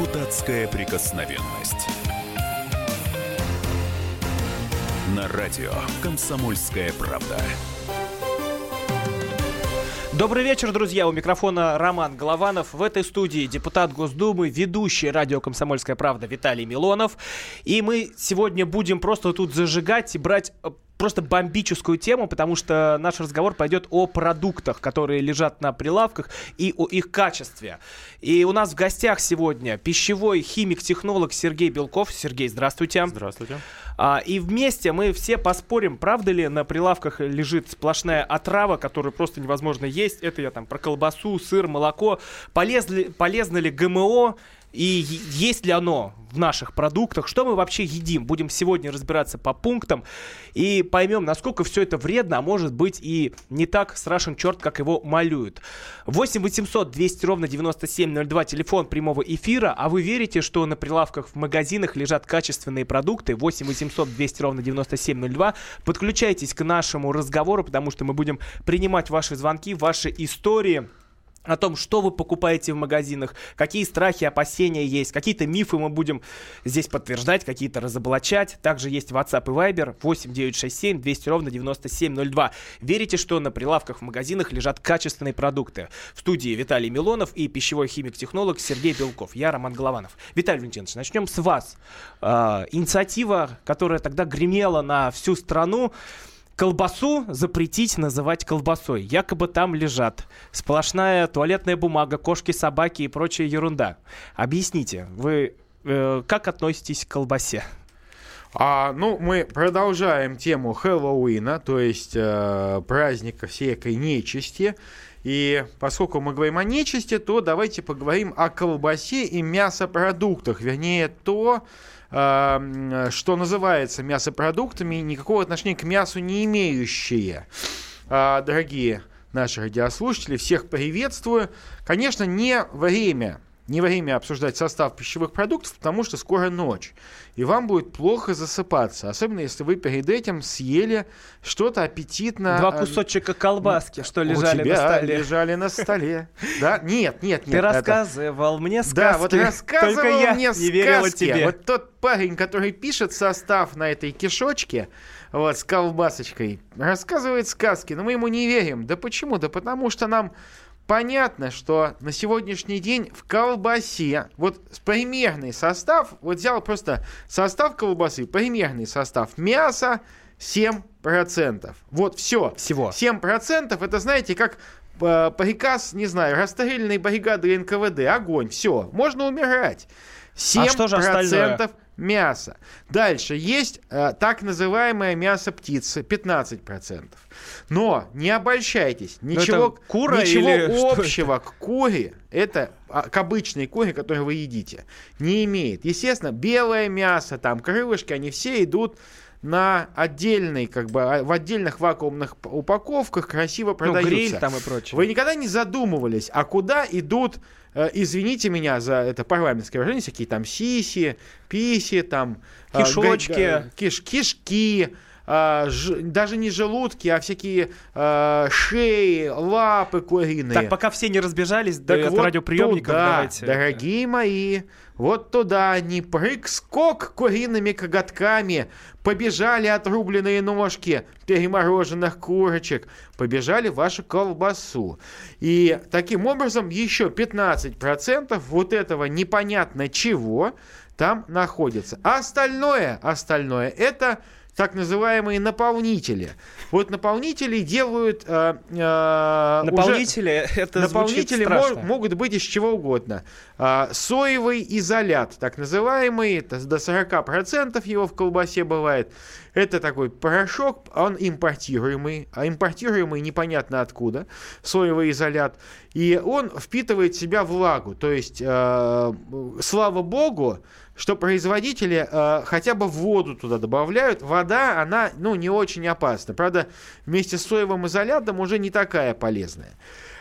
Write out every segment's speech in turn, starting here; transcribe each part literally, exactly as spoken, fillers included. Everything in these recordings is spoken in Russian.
Депутатская прикосновенность. На радио «Комсомольская правда». Добрый вечер, друзья. У микрофона Роман Голованов. В этой студии депутат Госдумы, ведущий радио «Комсомольская правда» Виталий Милонов. И мы сегодня будем просто тут зажигать и брать просто бомбическую тему, потому что наш разговор пойдет о продуктах, которые лежат на прилавках, и о их качестве. И у нас в гостях сегодня пищевой химик-технолог Сергей Белков. Сергей, здравствуйте. Здравствуйте. А, и вместе мы все поспорим, правда ли на прилавках лежит сплошная отрава, которую просто невозможно есть. Это я там про колбасу, сыр, молоко. Полезли, полезно ли ГМО? И есть ли оно в наших продуктах? Что мы вообще едим? Будем сегодня разбираться по пунктам и поймем, насколько все это вредно, а может быть и не так страшен черт, как его малюют. восемь восемьсот двести ровно девяносто семь ноль два, телефон прямого эфира. А вы верите, что на прилавках в магазинах лежат качественные продукты? восемь восемьсот двести ровно девяносто семь ноль два. Подключайтесь к нашему разговору, потому что мы будем принимать ваши звонки, ваши истории о том, что вы покупаете в магазинах, какие страхи, опасения есть, какие-то мифы мы будем здесь подтверждать, какие-то разоблачать. Также есть WhatsApp и Viber восемь девятьсот шестьдесят семь двести ровно девяносто семь ноль два. Верите, что на прилавках в магазинах лежат качественные продукты? В студии Виталий Милонов и пищевой химик-технолог Сергей Белков. Я Роман Голованов. Виталий Валентинович, начнем с вас. Э, инициатива, которая тогда гремела на всю страну. Колбасу запретить называть колбасой. Якобы там лежат сплошная туалетная бумага, кошки, собаки и прочая ерунда. Объясните, вы э, как относитесь к колбасе? А, ну, мы продолжаем тему Хэллоуина, то есть э, праздника всякой нечисти. И поскольку мы говорим о нечисти, то давайте поговорим о колбасе и мясопродуктах. Вернее, то, э, что называется мясопродуктами, никакого отношения к мясу не имеющие. Э, дорогие наши радиослушатели, всех приветствую. Конечно, не время... Не время обсуждать состав пищевых продуктов, потому что скоро ночь. И вам будет плохо засыпаться. Особенно, если вы перед этим съели что-то аппетитно. Два кусочка колбаски, что лежали у тебя на столе. лежали на столе. Да? Нет, нет, нет. Ты рассказывал мне сказки. Да, вот рассказывал я мне не верила сказки. тебе. Вот тот парень, который пишет состав на этой кишочке, вот, с колбасочкой, рассказывает сказки, но мы ему не верим. Да почему? Да потому что нам... Понятно, что на сегодняшний день в колбасе, вот примерный состав, вот взял просто состав колбасы, примерный состав мяса семь процентов. Вот все. Всего. семь процентов это, знаете, как э, приказ, не знаю, расстрельной бригады эн ка вэ дэ. Огонь, все, можно умирать. семь процентов а что же остальное? Мясо. Дальше есть э, так называемое мясо птицы, пятнадцать процентов. Но не обольщайтесь, ничего, кура ничего или общего к куре, это к обычной куре, которую вы едите, не имеет. Естественно, белое мясо, там крылышки, они все идут на отдельной, как бы, в отдельных вакуумных упаковках, красиво продаются. Ну, гриль там и прочее. Вы никогда не задумывались, а куда идут, э, извините меня за это парламентское выражение, всякие там сиси, писи, там... Кишочки. Э, киш, кишки, э, ж, даже не желудки, а всякие э, шеи, лапы куриные. Так, пока все не разбежались, так от вот радиоприемников, туда, давайте. Дорогие мои, вот туда они прыг-скок куриными коготками, побежали отрубленные ножки перемороженных курочек, побежали в вашу колбасу. И таким образом еще пятнадцать процентов вот этого непонятно чего там находится. А остальное, остальное это так называемые наполнители. Вот наполнители делают... Э, э, наполнители, уже, это наполнители звучит мо- могут быть из чего угодно. Э, соевый изолят, так называемый, это до сорок процентов его в колбасе бывает. Это такой порошок, он импортируемый, а импортируемый непонятно откуда, соевый изолят. И он впитывает в себя влагу. То есть, э, слава богу, что производители э, хотя бы воду туда добавляют. Вода, она, ну, не очень опасна. Правда, вместе с соевым изолятом уже не такая полезная.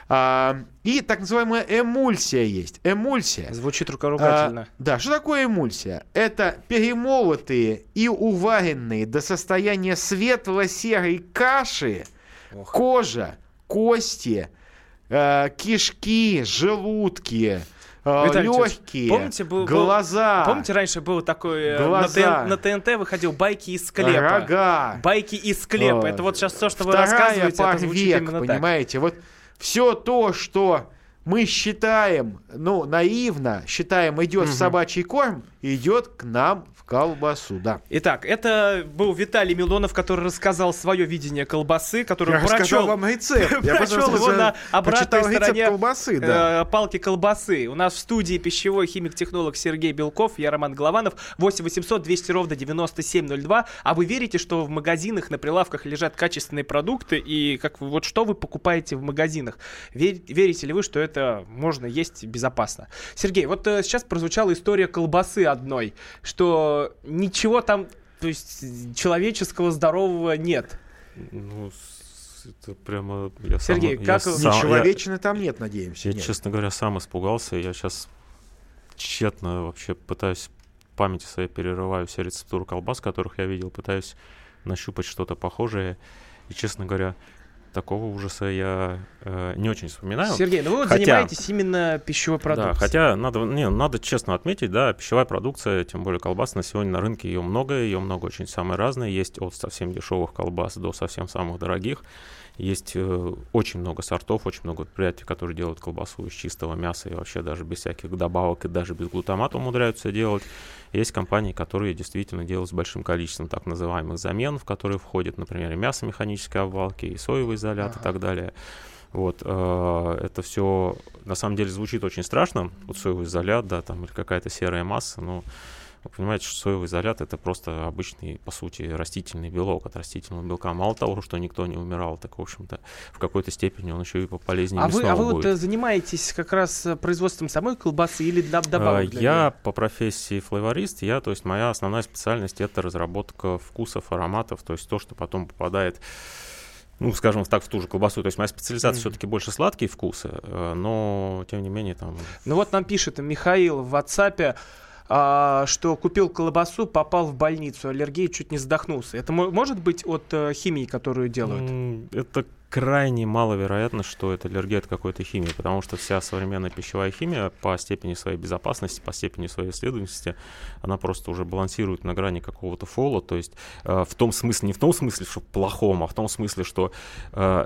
А, и так называемая эмульсия есть. Эмульсия. Звучит рукоругательно. А, да, что такое эмульсия? Это перемолотые и уваренные до состояния светло-серой каши, Ох. кожа, кости, э, кишки, желудки, легкие, помните, был, глаза. Помните, раньше было такое, глаза, на, ТН, на ТНТ выходил «Байки из склепа». Рога. «Байки из склепа». О, Это вот сейчас все, что Вторая вы рассказываете, это звучит век, именно понимаете? Вот все то, что мы считаем, ну, наивно, считаем, идет угу. в собачий корм, идет к нам в колбасу, да. Итак, это был Виталий Милонов, который рассказал свое видение колбасы, который я прочел, рассказал вам рецепт. Я прочел его на обратной стороне колбасы, да. палки колбасы. У нас в студии пищевой химик-технолог Сергей Белков, я Роман Голованов. восемь восемьсот двести ровно девяносто семь ноль два. А вы верите, что в магазинах на прилавках лежат качественные продукты? И как вы, вот что вы покупаете в магазинах? Вер, верите ли вы, что это можно есть безопасно? Сергей, вот э, сейчас прозвучала история колбасы одной, что ничего там, то есть человеческого здорового нет. Ну, это прямо... Я Сергей, сам, как... Я Нечеловечины я, там нет, надеемся. Я, нет. честно говоря, сам испугался. Я сейчас тщетно вообще пытаюсь в памяти своей перерываю все рецептуры колбас, которых я видел, пытаюсь нащупать что-то похожее. И, честно говоря, такого ужаса я э, не очень вспоминаю. Сергей, ну вы вот хотя, занимаетесь именно пищевой продукцией. Да, хотя надо, не, надо честно отметить, да, пищевая продукция, тем более колбас, на сегодня на рынке ее много, ее много очень самые разные. Есть от совсем дешевых колбас до совсем самых дорогих. Есть э, очень много сортов, очень много предприятий, которые делают колбасу из чистого мяса и вообще даже без всяких добавок и даже без глутамата умудряются делать. Есть компании, которые действительно делают с большим количеством так называемых замен, в которые входят, например, и мясо механической обвалки, и соевый изолят ага. и так далее. Вот, э, это все на самом деле звучит очень страшно. Вот соевый изолят, да, там или какая-то серая масса, но вы понимаете, что соевый изолят — это просто обычный, по сути, растительный белок. От растительного белка мало того, что никто не умирал, так, в общем-то, в какой-то степени он еще и пополезнее а мясного вы, а вы будет. вот занимаетесь как раз производством самой колбасы или добавок для Я нее? по профессии флейворист, я, то есть моя основная специальность — это разработка вкусов, ароматов, то есть то, что потом попадает, ну, скажем так, в ту же колбасу. То есть моя специализация mm-hmm. все-таки больше сладкие вкусы, но, тем не менее, там... Ну вот нам пишет Михаил в WhatsApp, А, что купил колбасу, попал в больницу, аллергия, чуть не задохнулся. Это мо- может быть от э, химии, которую делают? Это крайне маловероятно, что это аллергия от какой-то химии, потому что вся современная пищевая химия по степени своей безопасности, по степени своей исследовательности, она просто уже балансирует на грани какого-то фола, то есть э, в том смысле, не в том смысле, что плохом, а в том смысле, что э,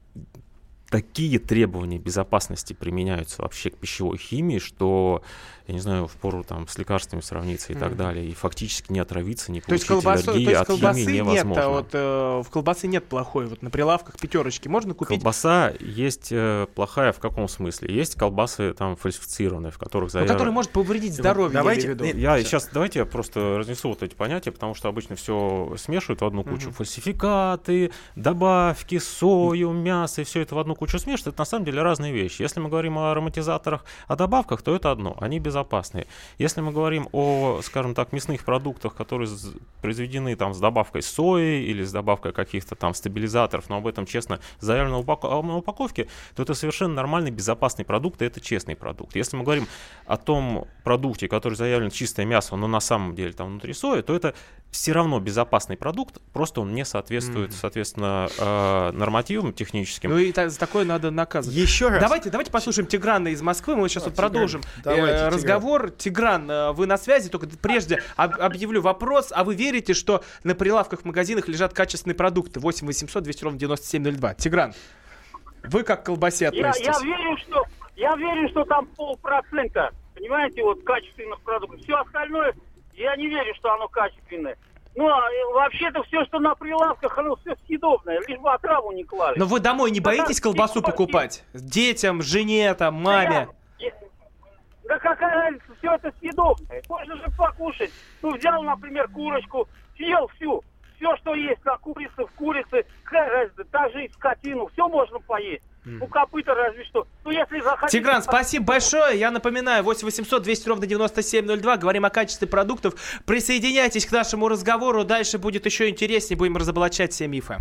такие требования безопасности применяются вообще к пищевой химии, что, я не знаю, впору там с лекарствами сравниться и mm. так далее, и фактически не отравиться, не получить то есть колбасу, аллергии то есть от колбасы химии нет, невозможно. А вот, э, в колбасе нет плохой, вот на прилавках пятерочки можно купить? Колбаса есть э, плохая в каком смысле? Есть колбасы там фальсифицированные, в которых заявлено... Ну, которые может повредить здоровье, давайте, я имею в виду. Я сейчас, давайте я просто разнесу вот эти понятия, потому что обычно все смешивают в одну кучу. Mm-hmm. Фальсификаты, добавки, сою, мясо, и все это в одну кучу смешивают. Это на самом деле разные вещи. Если мы говорим о ароматизаторах, о добавках, то это одно, они безопасные. Если мы говорим о, скажем так, мясных продуктах, которые произведены там с добавкой сои или с добавкой каких-то там стабилизаторов, но об этом честно заявлено на упаковке, то это совершенно нормальный, безопасный продукт, и это честный продукт. Если мы говорим о том продукте, который заявлен чистое мясо, но на самом деле там внутри сои, то это все равно безопасный продукт, просто он не соответствует, mm-hmm. соответственно, э, нормативам техническим. Ну и та, за такое надо наказывать. Еще раз. Давайте, давайте послушаем Тиграна из Москвы, мы сейчас а, вот Тигран. продолжим Давайте, э, разговор. Тигран, э, вы на связи, только прежде об, объявлю вопрос. А вы верите, что на прилавках в магазинах лежат качественные продукты? восемь восемьсот двести ровно девяносто семь ноль два. Тигран, вы как к колбасе относитесь? Я, я верю, что я верю, что там полпроцента, понимаете, вот качественных продуктов. Все остальное, я не верю, что оно качественное. Ну, а вообще-то все, что на прилавках, оно все съедобное, лишь бы отраву не клали. Но вы домой не боитесь да, колбасу да, покупать? Детям, жене, там, маме? Да, я, да какая разница, все это съедобное. Можно же покушать. Ну, взял, например, курочку, съел всю. Все, что есть на курице, в курице, какая разница, также и скотину, все можно поесть. Ну, копыта разве что. Ну, если захотите... Тигран, спасибо большое. Я напоминаю, восемь восемьсот двести ровно девяносто семь ноль два. Говорим о качестве продуктов. Присоединяйтесь к нашему разговору. Дальше будет еще интереснее. Будем разоблачать все мифы.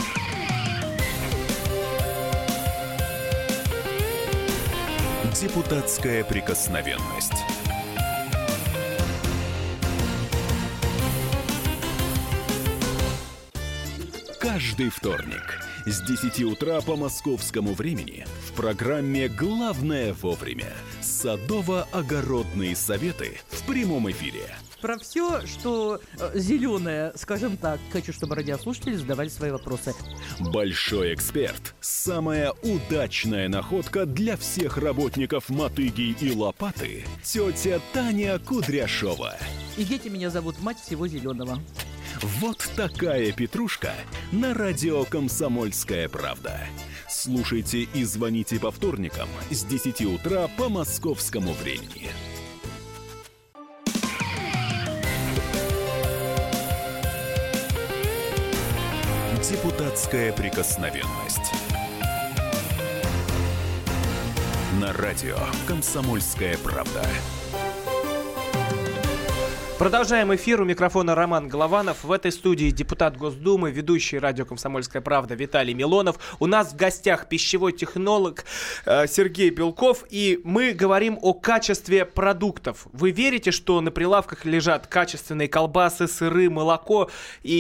Депутатская прикосновенность. Каждый вторник С десяти утра по московскому времени в программе «Главное вовремя» садово-огородные советы в прямом эфире. Про все, что э, зеленое, скажем так, хочу, чтобы радиослушатели задавали свои вопросы. Большой эксперт. Самая удачная находка для всех работников мотыги и лопаты. Тетя Таня Кудряшова. И дети меня зовут мать всего зеленого. Вот такая петрушка на радио «Комсомольская правда». Слушайте и звоните по вторникам с десяти утра по московскому времени. Депутатская прикосновенность. На радио «Комсомольская правда». Продолжаем эфир. У микрофона Роман Голованов. В этой студии депутат Госдумы, ведущий радио «Комсомольская правда» Виталий Милонов. У нас в гостях пищевой технолог э, Сергей Белков. И мы говорим о качестве продуктов. Вы верите, что на прилавках лежат качественные колбасы, сыры, молоко?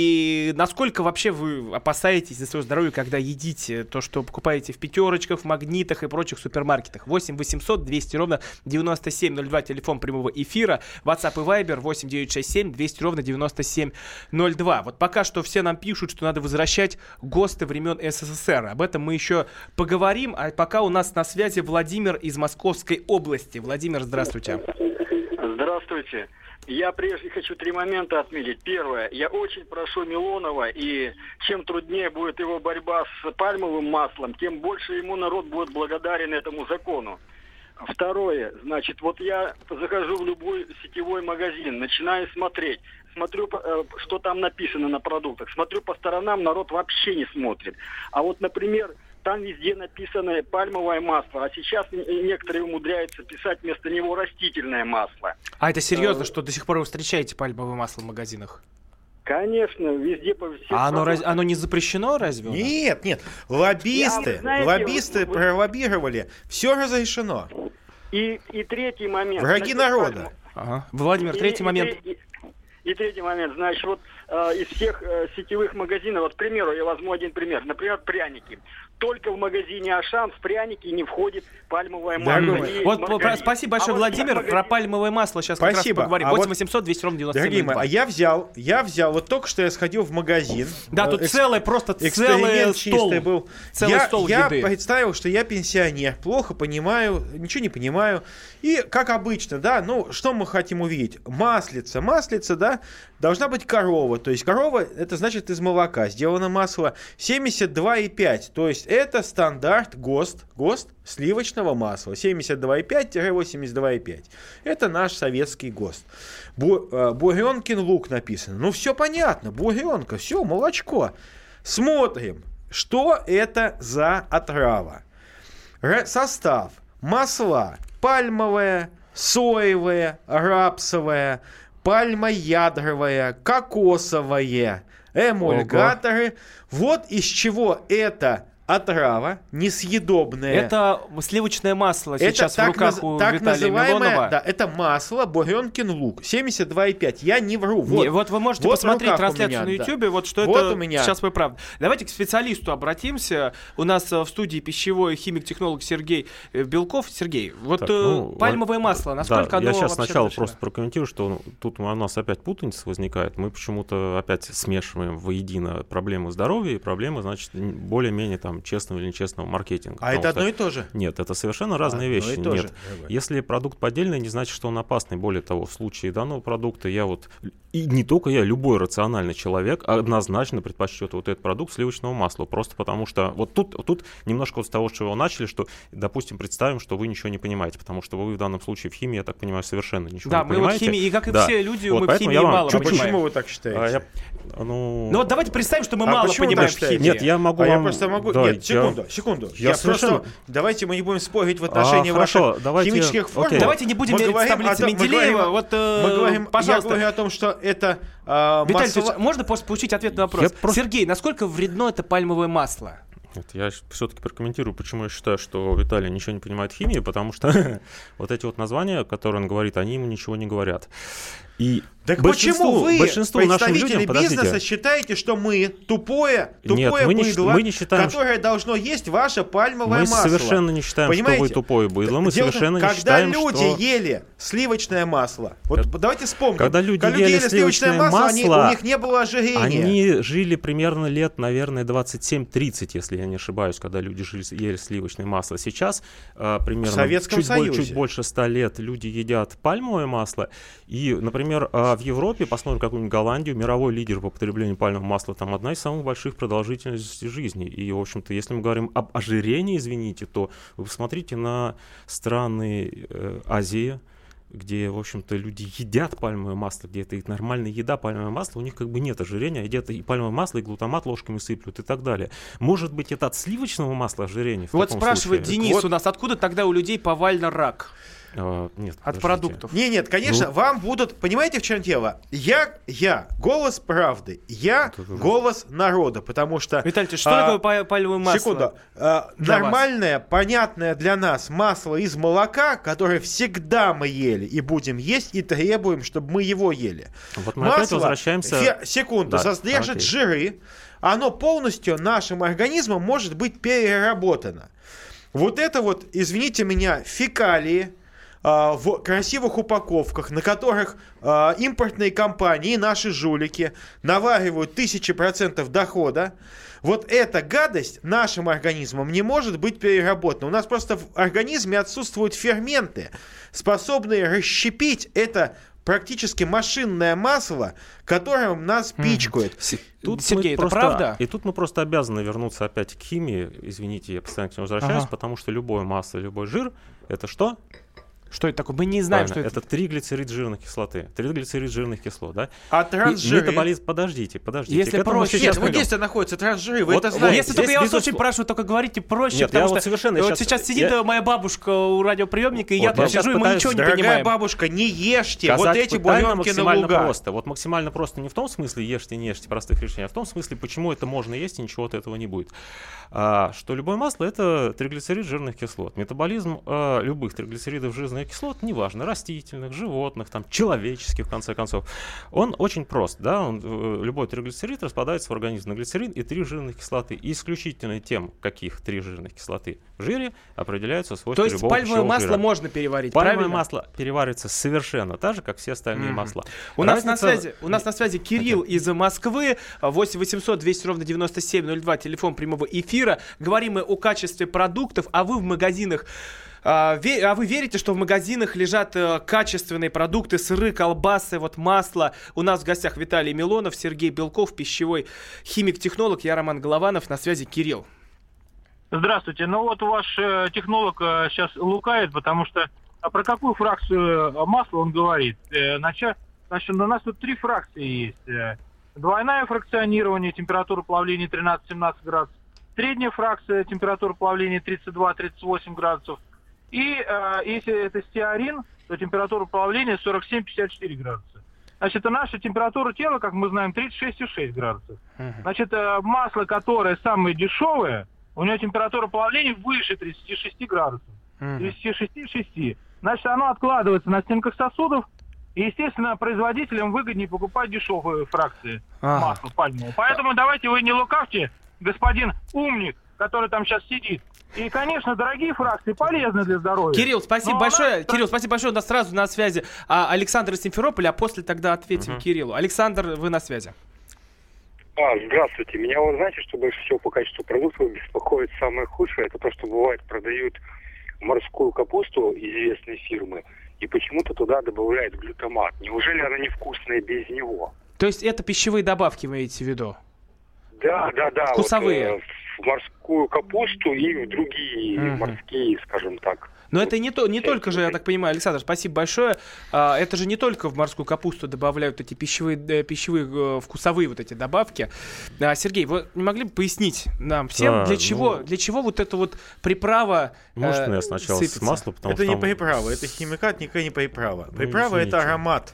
И насколько вообще вы опасаетесь за свое здоровье, когда едите то, что покупаете в пятерочках, в магнитах и прочих супермаркетах? восемь восемьсот двести ровно девяносто семь ноль два, телефон прямого эфира. WhatsApp и Viber восемь девятьсот шестьдесят семь двести ровно девяносто семь ноль два. Вот пока что все нам пишут, что надо возвращать ГОСТы времен СССР. Об этом мы еще поговорим. А пока у нас на связи Владимир из Московской области. Владимир, здравствуйте. Здравствуйте. Я прежде хочу три момента отметить. Первое. Я очень прошу Милонова, и чем труднее будет его борьба с пальмовым маслом, тем больше ему народ будет благодарен этому закону. Второе, значит, вот я захожу в любой сетевой магазин, начинаю смотреть, смотрю, что там написано на продуктах, смотрю по сторонам, народ вообще не смотрит. А вот, например, там везде написано пальмовое масло, а сейчас некоторые умудряются писать вместо него растительное масло. А это серьезно, что до сих пор вы встречаете пальмовое масло в магазинах? Конечно, везде по всем. А оно, раз, оно не запрещено разве? Нет, нет. Лоббисты, Я, знаете, лоббисты вы, пролоббировали. Все разрешено. И, и третий момент. Враги значит, народа. Ага. Владимир, и, третий и, момент. И, и, и третий момент. Значит, вот э, из всех э, сетевых магазинов, вот, к примеру, я возьму один пример. Например, пряники. Только в магазине «Ашан» в пряники не входит пальмовое масло. Да, вот, про, спасибо большое, а Владимир. Вот про пальмовое масло сейчас спасибо. как раз поговорим. А восемь восемьсот двести ровно девяносто семь ноль два. Дорогие мои, а я взял, я взял, вот только что я сходил в магазин. Да, тут экс, целый, просто целый стол. Был. Целый я, стол я еды. представил, что я пенсионер, плохо понимаю, ничего не понимаю. И, как обычно, да, ну, что мы хотим увидеть? Маслица. Маслица, да, должна быть корова. То есть корова, это значит из молока. Сделано масло семьдесят два и пять. То есть это стандарт ГОСТ, ГОСТ сливочного масла. семьдесят два и пять - восемьдесят два и пять. Это наш советский ГОСТ. Бу, э, Буренкин лук написано. Ну, все понятно. Буренка, все, молочко. Смотрим, что это за отрава. Р- состав. Масла. Пальмовое, соевое, рапсовое, пальмоядровое, кокосовое, эмульгаторы. Ого. Вот из чего это отрава несъедобная. Это сливочное масло это сейчас в руках наз... у так Виталия Милонова. Да, это масло Буренкин лук. семьдесят два и пять. Я не вру. Вот, не, вот вы можете вот посмотреть трансляцию на YouTube, да. Вот что вот это у меня. Сейчас вы правы. Давайте к специалисту обратимся. У нас в студии пищевой химик-технолог Сергей Белков. Сергей, вот так, ну, пальмовое масло, насколько да, оно я сейчас сначала разрешено? Просто прокомментирую, что ну, тут у нас опять путаница возникает. Мы почему-то опять смешиваем воедино проблемы здоровья и проблемы, значит, более-менее там честного или нечестного маркетинга. А это одно что... и то же? Нет, это совершенно разные а, вещи. Нет. Же. Если продукт поддельный, не значит, что он опасный. Более того, в случае данного продукта я вот, и не только я, любой рациональный человек однозначно предпочтет вот этот продукт сливочного масла. Просто потому что вот тут, тут немножко вот с того, с чего вы начали, что, допустим, представим, что вы ничего не понимаете, потому что вы в данном случае в химии, я так понимаю, совершенно ничего да, не понимаете. Да, мы вот химии, и как и да. все люди, вот, мы в химии вам... мало Что, понимаем. Почему вы так считаете? А, я... ну... ну вот давайте представим, что мы а мало понимаем в химии. Нет, я могу а вам... я просто могу... Да, Нет, секунду, я... секунду. Я, я совершенно... просто... Давайте мы не будем спорить в отношении а, ваших хорошо, давайте... химических формул. Окей. Давайте не будем мерить с таблицы Менделеева. Мы вот, э, мы говорим, пожалуйста. Я говорю о том, что это э, Виталий масло... Ильич, можно получить ответ на вопрос? Я просто... Сергей, насколько вредно это пальмовое масло? Нет, я все-таки прокомментирую, почему я считаю, что Виталий ничего не понимает в химии, потому что вот эти вот названия, которые он говорит, они ему ничего не говорят. И Так большинству, почему вы, большинству нашим представители людям, бизнеса, подождите. считаете, что мы тупое, Нет, тупое мы не, быдло, мы не считаем, которое что... должно есть ваше пальмовое Мы масло? совершенно не считаем, Понимаете? что вы тупое быдло. Мы Дело в том, совершенно не когда считаем, люди что... ели сливочное масло, вот Когда- давайте вспомним. Когда люди когда ели ели сливочное сливочное масло, они- масло, у них не было ожирения. Они жили примерно лет, наверное, двадцать семь тридцать, если я не ошибаюсь, когда люди жили, ели сливочное масло. Сейчас э, примерно В Советском чуть, боль- Союзе. чуть больше ста лет люди едят пальмовое масло. И, например, э, в Европе, посмотрим какую-нибудь Голландию, мировой лидер по потреблению пальмового масла, там одна из самых больших продолжительностей жизни. И, в общем-то, если мы говорим об ожирении, извините, то вы посмотрите на страны э, Азии, где, в общем-то, люди едят пальмовое масло, где это их нормальная еда, пальмовое масло, у них как бы нет ожирения, едят и пальмовое масло, и глутамат ложками сыплют и так далее. Может быть, это от сливочного масла ожирение? В Вот таком спрашивает случае? Денис Вот. у нас, откуда тогда у людей повально рак? А, нет, От подождите. продуктов. Не, нет, конечно, Ну. вам будут, понимаете, в чем дело? Я, я, голос правды, я Это вы- голос народа, потому что... Виталий, что а, такое па- пальмовое масло? Секунду. А, для нормальное, понятное для нас масло из молока, которое всегда мы ели и будем есть, и требуем, чтобы мы его ели. Вот мы опять возвращаемся... фе- секунду, Да, содержит окей. жиры, оно полностью нашим организмом может быть переработано. Вот это вот, извините меня, фекалии, а, в красивых упаковках, на которых а, импортные компании, наши жулики, наваривают тысячи процентов дохода. Вот эта гадость нашим организмом не может быть переработана. У нас просто в организме отсутствуют ферменты, способные расщепить это практически машинное масло, которым нас пичкают. Тут Сергей, мы это просто- правда? И тут мы просто обязаны вернуться опять к химии. Извините, я постоянно к этому возвращаюсь, Ага. потому что любое масло, любой жир — это что? Что это такое? Мы не знаем, Правильно, что это. это триглицерид жирной кислоты. Триглицерид жирных кислот, да? А И трансжиры... метаболизм, подождите, подождите. Если к этому мы проще- сейчас Нет, вот пойдем. здесь находятся трансжиры, вы Вот- это вот знаете. Если только здесь я вас безусловно- очень прошу, только говорите проще, Нет, потому я что вот совершенно вот сейчас- сейчас сидит я- э, моя бабушка у радиоприемника, и Вот, я я тут сейчас сижу, и мы пытаюсь, ничего не Дорогая понимаем. бабушка, не ешьте вот Сказать эти пытально буренки на максимально луга. просто. Вот максимально просто не в том смысле ешьте, не ешьте простых решений, а в том смысле, почему это можно есть и ничего от этого не будет. А, что любое масло — это триглицерид жирных кислот. Метаболизм а, любых триглицеридов жирных кислот, неважно, растительных, животных, там, человеческих, в конце концов, он очень прост. Да? Он, э, любой триглицерид распадается в организм на глицерин и три жирных кислоты. И исключительно тем, каких три жирных кислоты в жире, определяются свойства То есть любого пальмовое пищевого масло жира. можно переварить, Пальмовое правильно? масло переваривается совершенно так же, как все остальные Мгм. масла. У нас, на Разница- связи, у нас на связи Кирилл из Москвы, восемь восемьсот двести ровно девяносто семь ноль два, телефон прямого эфира. Говорим мы о качестве продуктов, а вы в магазинах, а, ве- а вы верите, что в магазинах лежат э, качественные продукты, сыры, колбасы, вот масло? У нас в гостях Виталий Милонов, Сергей Белков, пищевой химик-технолог, я Роман Голованов, на связи Кирилл. Здравствуйте. Ну вот ваш э, технолог э, сейчас лукает, потому что а про какую фракцию э, масла он говорит? Э, нача- значит, у нас тут три фракции есть. Э, двойное фракционирование, температура плавления тринадцать-семнадцать градусов. Средняя фракция, температура плавления тридцать два - тридцать восемь градусов. И э, если это стеарин, то температура плавления сорок семь - пятьдесят четыре градуса. Значит, а наша температура тела, как мы знаем, тридцать шесть и шесть градусов. Значит, э, масло, которое самое дешевое, у него температура плавления выше тридцати шести градусов. тридцать шесть - шесть. Значит, оно откладывается на стенках сосудов. И, естественно, производителям выгоднее покупать дешевые фракции Ага. масла пальмового. Поэтому давайте вы не лукавьте, господин умник, который там сейчас сидит. И, конечно, дорогие фракции полезны для здоровья. Кирилл, спасибо Но большое. она- Кирилл, спасибо большое. У нас сразу на связи а, Александр из Симферополя, а после тогда ответим Мгм. Кириллу. Александр, вы на связи. А, здравствуйте. Меня, вот знаете, что больше всего по качеству продуктов беспокоит самое худшее? Это то, что бывает, продают морскую капусту известной фирмы, и почему-то туда добавляют глютамат. Неужели она невкусная без него? То есть это пищевые добавки, вы имеете в виду? Да, да, да. Вкусовые. Вот, э, в морскую капусту и в другие Мгм. морские, скажем так. Но это не, то, не только же, я так понимаю, Александр, спасибо большое. А, это же не только в морскую капусту добавляют эти пищевые, э, пищевые э, вкусовые вот эти добавки. А, Сергей, вы не могли бы пояснить нам всем, Да, для чего, ну- для чего вот эта вот приправа э, Может, я сначала сыпется? с масла, потому Это что не там- приправа, это химикат, никакая не приправа. Ну, Приправа — это извините. аромат.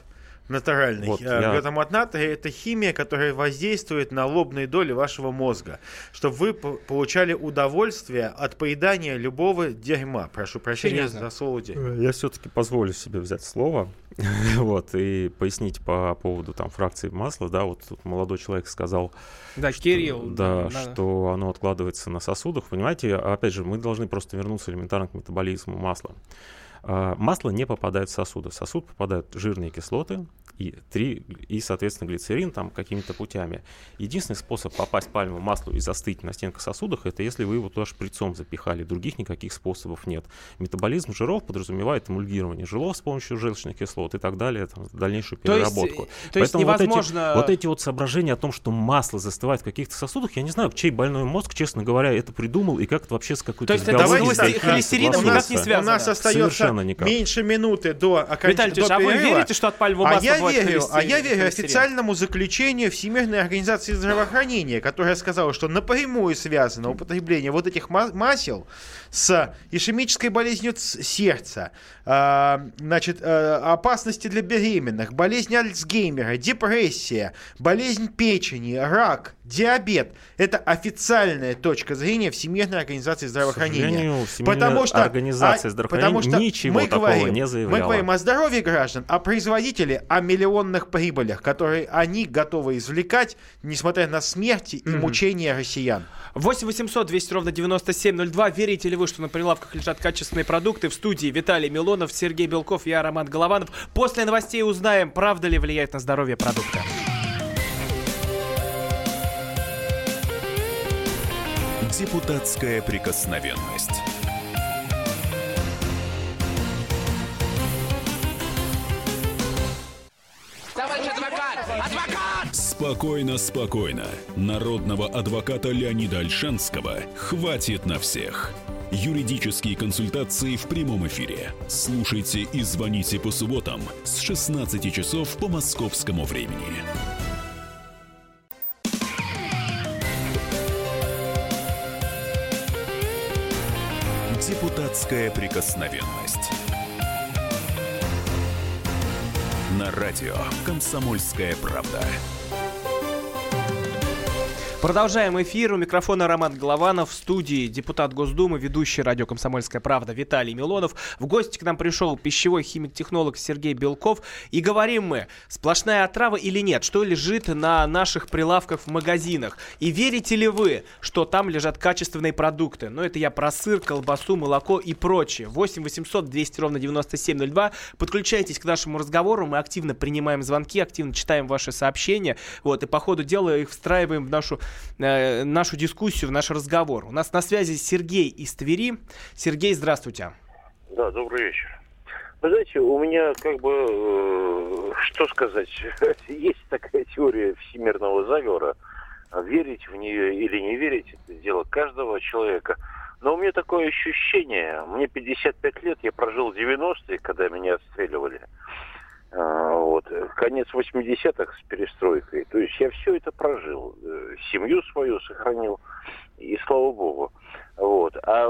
натуральный. Вот, а, я... Глутамат натрия — это химия, которая воздействует на лобные доли вашего мозга, чтобы вы по- получали удовольствие от поедания любого дерьма. Прошу прощения Серьезно? за слово дерьмо. Я все-таки позволю себе взять слово вот, и пояснить по поводу там, фракции масла. Да, вот тут молодой человек сказал, Да, что, Кирилл. да, на- что оно откладывается на сосудах. Понимаете, опять же, мы должны просто вернуться элементарно к метаболизму масла. А, масло не попадает в сосуды. В сосуд попадают жирные кислоты и, три, и, соответственно, глицерин там какими-то путями. Единственный способ попасть пальмовому маслу и застыть на стенках сосудов — это если вы его туда шприцом запихали. Других никаких способов нет. Метаболизм жиров подразумевает эмульгирование жиров с помощью желчных кислот и так далее, там, дальнейшую То есть- переработку. то есть Поэтому вот эти- невозможно- Вот эти вот соображения о том, что масло застывает в каких-то сосудах, я не знаю, чей больной мозг, честно говоря, это придумал и как это вообще с какой-то То есть это биологией с соотносится. холестерином У никак нас, не у связано. нас остается Совершенно никак. меньше минуты до окончания. Виталий Ильич, а вы верите, что от пальмового А масла я бывает верю, а я холестерин? верю холестерин? официальному заключению Всемирной организации здравоохранения, которая сказала, что напрямую связано употребление вот этих ма- масел с ишемической болезнью ц- сердца, а, значит, а, опасности для беременных, болезнь Альцгеймера, депрессия, болезнь печени, рак, диабет. Это официальная точка зрения Всемирной организации здравоохранения. К сожалению, Всемирная Потому что, организация а, здравоохранения потому что ничего мы такого говорим, не мы заявляла. говорим о здоровье граждан, а производители о миллионных прибылях, которые они готовы извлекать, несмотря на смерти и мучения россиян. восемь восемьсот двести ровно девяносто семь ноль два. Верите ли вы, что на прилавках лежат качественные продукты? В студии Виталий Милонов, Сергей Белков, я Роман Голованов. После новостей узнаем, правда ли влияет на здоровье продукта. Депутатская прикосновенность. Товарищ адвокат! Адвокат! Спокойно, спокойно. Народного адвоката Леонида Ольшанского хватит на всех. Юридические консультации в прямом эфире. Слушайте и звоните по субботам с шестнадцати часов по московскому времени. Депутатская прикосновенность. На радио «Комсомольская правда». Продолжаем эфир. У микрофона Роман Голованов, в студии депутат Госдумы, ведущий радио «Комсомольская правда» Виталий Милонов. В гости к нам пришел пищевой химик-технолог Сергей Белков. И говорим мы, сплошная отрава или нет, что лежит на наших прилавках в магазинах. И верите ли вы, что там лежат качественные продукты? Ну, это я про сыр, колбасу, молоко и прочее. восемь восемьсот двести ровно девяносто семь ноль два. Подключайтесь к нашему разговору. Мы активно принимаем звонки, активно читаем ваши сообщения. Вот, и по ходу дела их встраиваем в нашу нашу дискуссию, в наш разговор. У нас на связи Сергей из Твери. Сергей, здравствуйте. Да, добрый вечер. Вы знаете, у меня как бы, э, что сказать, есть такая теория всемирного заговора. Верить в нее или не верить, это дело каждого человека. Но у меня такое ощущение, мне пятьдесят пять лет, я прожил девяностые, когда меня отстреливали. Вот. Конец восьмидесятых с перестройкой. То есть я все это прожил. Семью свою сохранил. И слава богу. Вот. А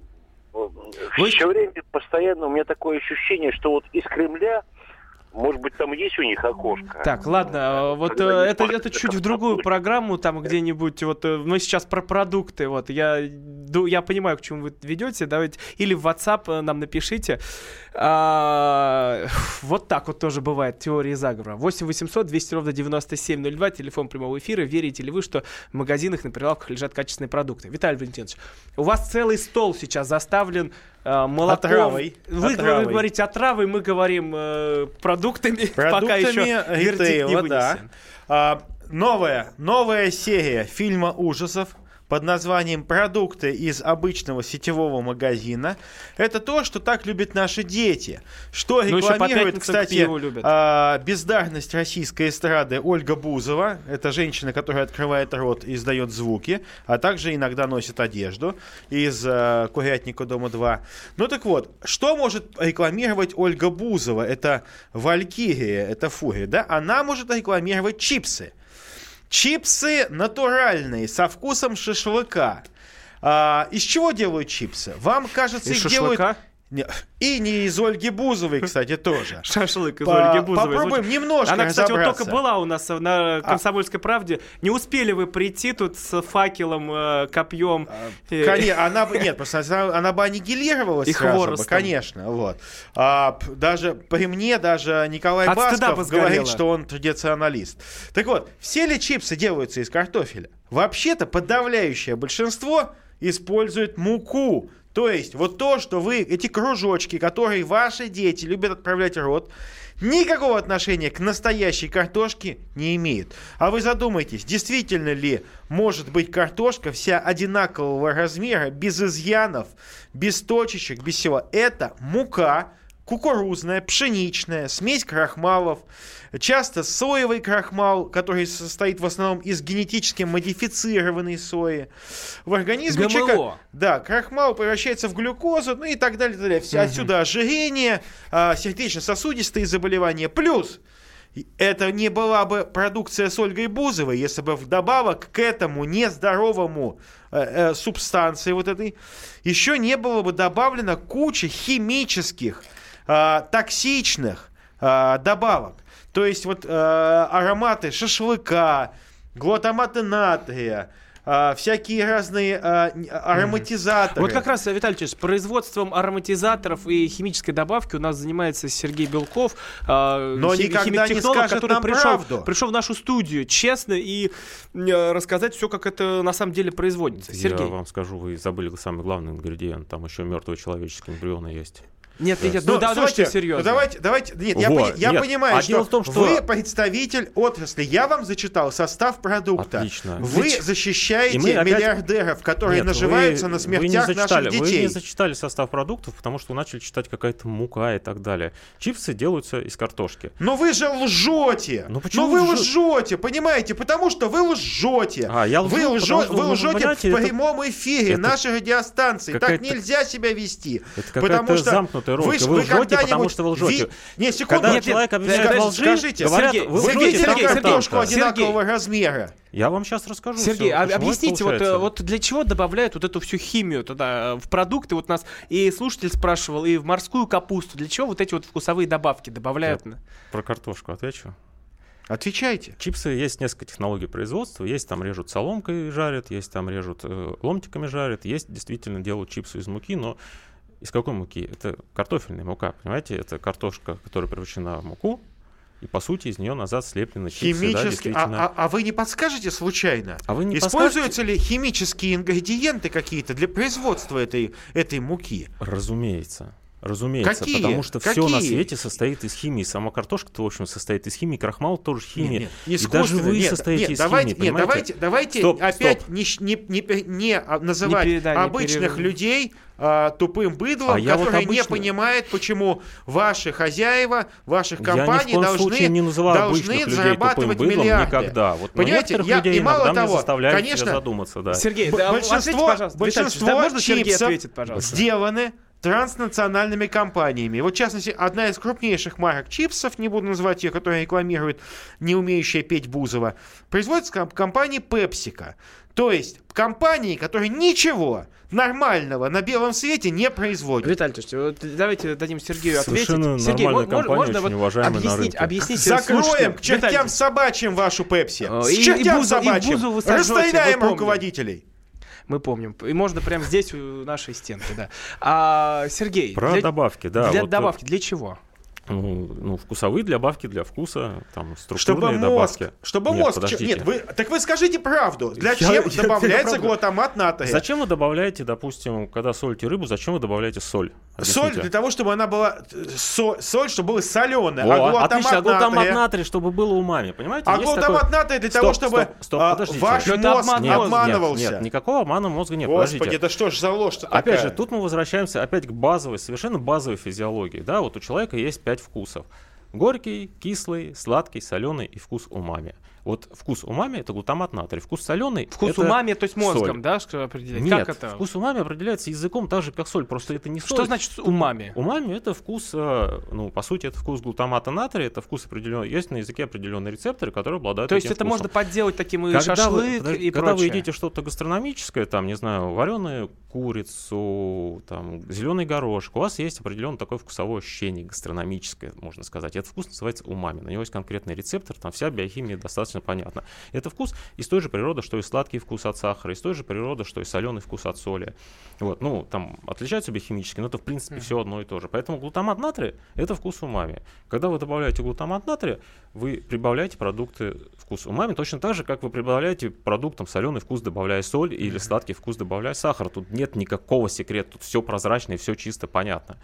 Вы... все время постоянно у меня такое ощущение, что вот из Кремля, может быть, там есть у них окошко. Так, ладно, вот э, это, это чуть в другую программу, там где-нибудь, вот э, мы сейчас про продукты, вот, я, я понимаю, к чему вы ведете, давайте, или в WhatsApp нам напишите. А, вот так вот тоже бывает, теория заговора. восемь восемьсот двести ровно девяносто семь ноль два, телефон прямого эфира. Верите ли вы, что в магазинах на прилавках лежат качественные продукты? Виталий Валентинович, у вас целый стол сейчас заставлен э, молоком. Отравой. Вы, Отравой. вы говорите отравой, мы говорим э, продуктами. Продуктами Пока еще вердикт не ритейла, да. вынесен. А, новая, новая серия фильма ужасов под названием «Продукты из обычного сетевого магазина». Это то, что так любят наши дети. Что Ну, еще по рекламирует, пятницам к кстати, пиву любят. а, бездарность российской эстрады Ольга Бузова. Это женщина, которая открывает рот и издает звуки, а также иногда носит одежду из а, «Курятника дома два». Ну так вот, что может рекламировать Ольга Бузова? Это Валькирия, это Фурия, да? Она может рекламировать чипсы. Чипсы натуральные, со вкусом шашлыка. А, из чего делают чипсы? Вам кажется, Из их делают... шашлыка? И не из Ольги Бузовой, кстати, тоже. Шашлык из По- Ольги Бузовой. Попробуем Звучит. немножко Она, кстати, вот разобраться. только была у нас на «Комсомольской правде». Не успели вы прийти тут с факелом, э, копьем. э, Конечно, она бы, нет, просто она, она бы аннигилировалась И сразу бы, хворостом. конечно, вот. А, п- даже при мне, даже Николай От стыда Басков бы сгорела. говорит, что он традиционалист. Так вот, все ли чипсы делаются из картофеля? Вообще-то подавляющее большинство использует муку. То есть вот то, что вы, эти кружочки, которые ваши дети любят отправлять в рот, никакого отношения к настоящей картошке не имеют. А вы задумайтесь, действительно ли может быть картошка вся одинакового размера, без изъянов, без точечек, без всего? Это мука кукурузная, пшеничная, смесь крахмалов, часто соевый крахмал, который состоит в основном из генетически модифицированной сои. В организме ГМО. человека, да, крахмал превращается в глюкозу, ну и так далее, так далее. Все, отсюда ожирение, а, сердечно-сосудистые заболевания. Плюс это не была бы продукция с Ольгой Бузовой, если бы вдобавок к этому нездоровому э, э, субстанции вот этой еще не было бы добавлено куча химических, э, токсичных э, добавок. То есть вот э, ароматы шашлыка, глутаматы натрия, э, всякие разные э, ароматизаторы. Вот как раз, Виталий Ильич, производством ароматизаторов и химической добавки у нас занимается Сергей Белков, э, Но хи- никогда не химик-технолог, скажет который нам пришел, правду. пришел в нашу студию честно и э, рассказать все, как это на самом деле производится. Я Сергей. вам скажу, вы забыли самый главный ингредиент. Там еще мертвые человеческие эмбрионы есть. Нет, нет, нет, Ну, ну да, слушайте, давайте серьезно. ну давайте, давайте, нет, я, Вот, пони- я нет. понимаю, А что, дело в том, что- вы представитель отрасли. Я вам зачитал состав продукта. Отлично. Вы Ведь- защищаете И мы опять- миллиардеров, которые Нет, наживаются вы- на вы не смертях зачитали, наших Вы детей. не зачитали состав продуктов, потому что вы начали читать какая-то мука и так далее. Чипсы делаются из картошки. Но вы же лжете. Ну почему Но вы лжё- лжете, понимаете? Потому что вы лжете. А, я лжу, вы потому лжё- что, вы ну, лжете понимаете, в это- прямом эфире это нашей радиостанции. Так какая-то- нельзя себя вести. Это Потому какая-то что замкнутая вы, ролика. ж- Вы вы лжете, потому когда-нибудь что вы лжете. ви- Не, секунду. Когда Нет, человек нет, обвиняет скажите, во лжи, скажите, говорят, Сергей, вы вы лжете, видели Сергей, Сергей, картошку Сергей. одинакового размера? Я вам сейчас расскажу. Сергей, всё, а- почему это объясните, вот, э, получается. вот для чего добавляют вот эту всю химию туда э, в продукты? Вот нас и слушатель спрашивал, и в морскую капусту. Для чего вот эти вот вкусовые добавки добавляют? Я про картошку отвечу. Отвечайте. Чипсы есть несколько технологий производства. Есть там режут соломкой, жарят, есть там режут э, ломтиками, жарят. Есть действительно делают чипсы из муки, но из какой муки? Это картофельная мука, понимаете? Это картошка, которая превращена в муку, и по сути из нее назад слеплены чипсы. Да, Химически. действительно. а, а- а вы не подскажете случайно? А вы не Используются ли химические ингредиенты какие-то для производства этой, этой муки? Разумеется. Разумеется, Какие? потому что все Какие? на свете состоит из химии. Сама картошка-то, в общем, состоит из химии, крахмал тоже химия. Нет, И искусственно. даже вы Нет, состоите нет, из давайте, химии, нет, понимаете? давайте, давайте Стоп, опять стоп. Не, щ- не, не, пе- не а, называть Не пере- да, не обычных пере- людей а, тупым быдлом, А я вот которые не обычно- понимают, почему ваши хозяева ваших Я компаний ни в коем должны, случае не называю должны обычных людей зарабатывать тупым быдлом миллиарды. никогда. Вот, но Понимаете, некоторых я, людей и мало иногда того, меня заставляют конечно, себя задуматься. Да. Сергей, Б- да, большинство, ответьте, пожалуйста. большинство Виталий Ильич, да, можно Сергей чипсов ответит, пожалуйста? сделаны транснациональными компаниями. Вот, в частности, одна из крупнейших марок чипсов, не буду называть ее, которая рекламирует не умеющая петь Бузова, производится комп- компанией PepsiCo. То есть компании, которые ничего нормального на белом свете не производят. Виталий Ильич, вот давайте дадим Сергею Совершенно ответить. Сергей, нормальная мо- мо- компания, можно очень вот уважаемая на объяснить, рынке. объясните Закроем слушателям. к чертям Виталий собачьим вашу Пепси. Э, С и- и чертям Бузу- и собачьим. Бузу вы сожжете, Расстреляем мы помним. руководителей. Мы помним. И можно прямо здесь у нашей стенки, да. А, Сергей. Про для- добавки, да. Для вот, добавки для чего? Ну, ну, вкусовые добавки для вкуса, там, Чтобы структурные мозг, добавки. чтобы Нет, мозг... подождите. Нет, вы, так вы скажите правду. Для Я- чем я- добавляется я- глутамат натрия? Зачем вы добавляете, допустим, когда солите рыбу, зачем вы добавляете соль? Соль Объясните. для того, чтобы она была... Соль, соль чтобы была соленая. Во, а глутамат отлично, а глутамат натрия... натрия, чтобы было умами, понимаете? А Есть глутамат такой- натрия для Стоп, того, чтобы стоп, стоп, а, подождите. ваш Но это мозг обман Нет, мозга. обманывался. Нет, нет, никакого обмана мозга нет. Господи, Подождите. это что ж за ложь-то Опять такая? же, тут мы возвращаемся опять к базовой, совершенно базовой физиологии. Да, вот у человека есть пять вкусов. Горький, кислый, сладкий, соленый и вкус умами. Вот вкус умами — это глутамат натрия, вкус соленый — Вкус это умами, то есть мозгом, соль. да, что определять? Нет, Как это? вкус умами определяется языком так же, как соль, просто это не соль. Что значит умами? Умами — это вкус, ну, по сути, это вкус глутамата натрия, это вкус определенный, есть на языке определенные рецепторы, которые обладают То есть этим это вкусом. можно подделать таким и когда шашлык, вы, подожди, и когда прочее. вы едите что-то гастрономическое, там, не знаю, вареную курицу, там, зеленый горошек, у вас есть определенное такое вкусовое ощущение гастрономическое, можно сказать. Этот вкус называется умами. На него есть конкретный рецептор, там вся биохимия достаточно понятна. Это вкус из той же природы, что и сладкий вкус от сахара, из той же природы, что и соленый вкус от соли. Вот, ну, там отличаются биохимически, но это, в принципе, mm-hmm. все одно и то же. Поэтому глутамат натрия — это вкус умами. Когда вы добавляете глутамат натрия, вы прибавляете продукты вкус умами точно так же, как вы прибавляете продуктам соленый вкус, добавляя соль, или mm-hmm. сладкий вкус, добавляя сахар. Тут нет никакого секрета, тут все прозрачно и все чисто понятно.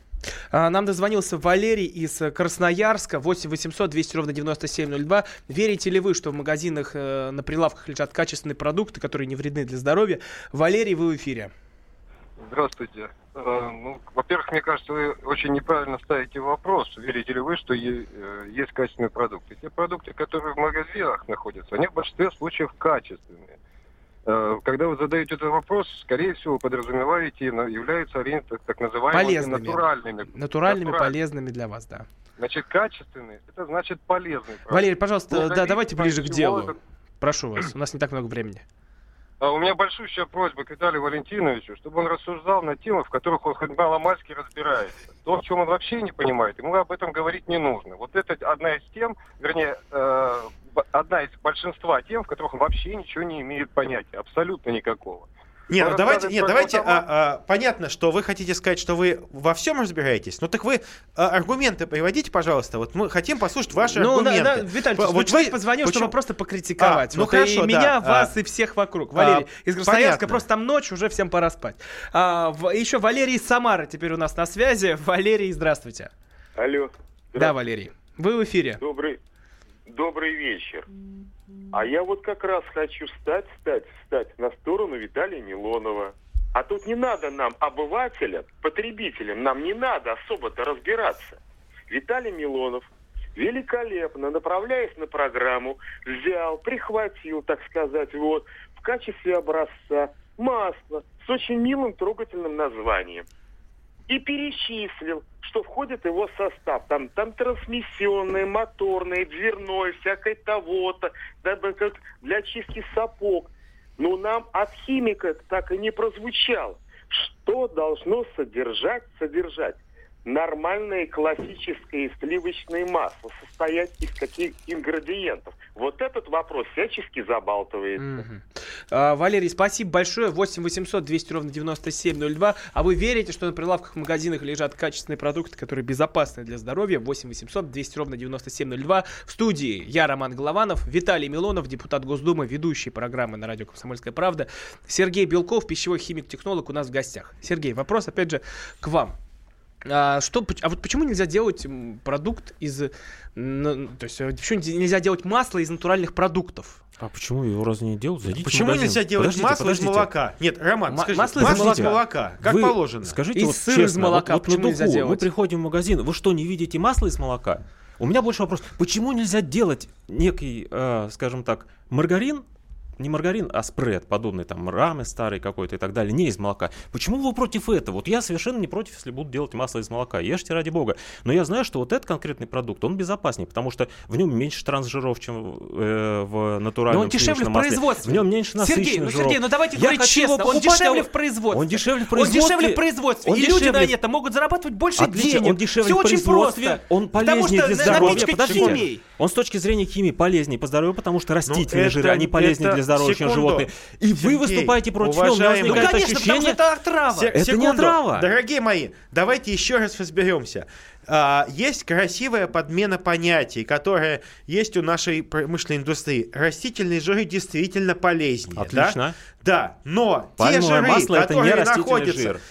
Нам дозвонился Валерий из Красноярска. Восемь восемьсот двести ровно девяносто семь ноль два. Верите ли вы, что в магазинах э, на прилавках лежат качественные продукты, которые не вредны для здоровья? Валерий, вы в эфире. Здравствуйте. Э, ну, во-первых, мне кажется, вы очень неправильно ставите вопрос, верите ли вы, что е- э, есть качественные продукты. Те продукты, которые в магазинах находятся, они в большинстве случаев качественные. Когда вы задаете этот вопрос, скорее всего, подразумеваете, являются они так, так называемыми полезными. натуральными. Натуральными, натуральными, полезными для вас, да. Значит, качественные, это значит полезные. Валерий, пожалуйста, да, давайте ближе к делу. Это... Прошу вас, у нас не так много времени. А у меня большущая просьба к Виталию Валентиновичу, чтобы он рассуждал на темы, в которых он хоть маломальски разбирается. То, в чем он вообще не понимает, ему об этом говорить не нужно. Вот это одна из тем, вернее, э, одна из большинства тем, в которых он вообще ничего не имеет понятия, абсолютно никакого. Нет, ну давайте, нет, давайте а, а, понятно, что вы хотите сказать, что вы во всем разбираетесь, но так вы а, аргументы приводите, пожалуйста. Вот мы хотим послушать ваши ну, аргументы. Да, да, Виталий, вот вы человек позвонил, почему? Чтобы просто покритиковать. А, ну вот хорошо, и да, меня, а, вас и всех вокруг. Валерий а, из Красноярска, понятно. Просто там ночь, уже всем пора спать. А, в, еще Валерий из Самары теперь у нас на связи. Валерий, здравствуйте. Алло. Да, Валерий, вы в эфире. Добрый, добрый вечер. А я вот как раз хочу встать, встать, встать на сторону Виталия Милонова. А тут не надо нам, обывателям, потребителям, нам не надо особо-то разбираться. Виталий Милонов великолепно, направляясь на программу, взял, прихватил, так сказать, вот, в качестве образца масло с очень милым трогательным названием. И перечислил, что входит в его состав. Там, там трансмиссионное, моторное, дверное, всякое того-то, для чистки сапог. Но нам от химика так и не прозвучало. Что должно содержать, содержать нормальное классическое сливочное масло, состоять из каких ингредиентов? Вот этот вопрос всячески забалтывается. Mm-hmm. А, Валерий, спасибо большое. восемь восемьсот двести ровно девяносто семь ноль два. А вы верите, что на прилавках в магазинах лежат качественные продукты, которые безопасны для здоровья? восемь восемьсот двести ровно девяносто семь ноль два. В студии я, Роман Голованов, Виталий Милонов, депутат Госдумы, ведущий программы на радио «Комсомольская правда», Сергей Белков, пищевой химик-технолог, у нас в гостях. Сергей, вопрос опять же к вам. А, что, а вот почему нельзя делать продукт из... Ну, то есть почему нельзя делать масло из натуральных продуктов? А почему его разве не делают? Зайдите почему в нельзя делать подождите, масло подождите. из молока? Нет, Роман, М- скажите, масло, масло из из молока, как вы положено. Скажите и вот сыр честно, из молока, вот, вот почему на нельзя духу, делать? мы приходим в магазин, вы что, не видите масло из молока? У меня больше вопрос, почему нельзя делать некий, э, скажем так, маргарин, не маргарин, а спред, подобный там рамы старый какой-то и так далее, не из молока. Почему вы против этого? Вот я совершенно не против, если будут делать масло из молока. Ешьте ради бога. Но я знаю, что вот этот конкретный продукт, он безопаснее, потому что в нем меньше трансжиров, чем э, в натуральном. Но он дешевле в масле. производстве. В нем меньше насыщенных Сергей, ну, жиров. Сергей, ну давайте я говорить честно, он дешевле в производстве. Он дешевле в производстве. Он дешевле в производстве. Он и дешевле... люди на это могут зарабатывать больше Отлично, денег. он дешевле Все в очень производстве, просто. он полезнее что для здоровья. Подождите, химией. он с точки зрения химии полезнее по здоровью, потому что растительные ну, жиры, они полезнее для здоровья, чем животные. И Сергей, вы выступаете против него, у меня возникает ну, конечно, ощущение... потому что это отрава. Се- это секунду. не отрава. Дорогие мои, давайте еще раз разберемся. А, есть красивая подмена понятий, которая есть у нашей промышленной индустрии. Растительные жиры действительно полезнее. Отлично. Да, да, но пальмовое те жиры, масло, которые это не растительный находятся... жир.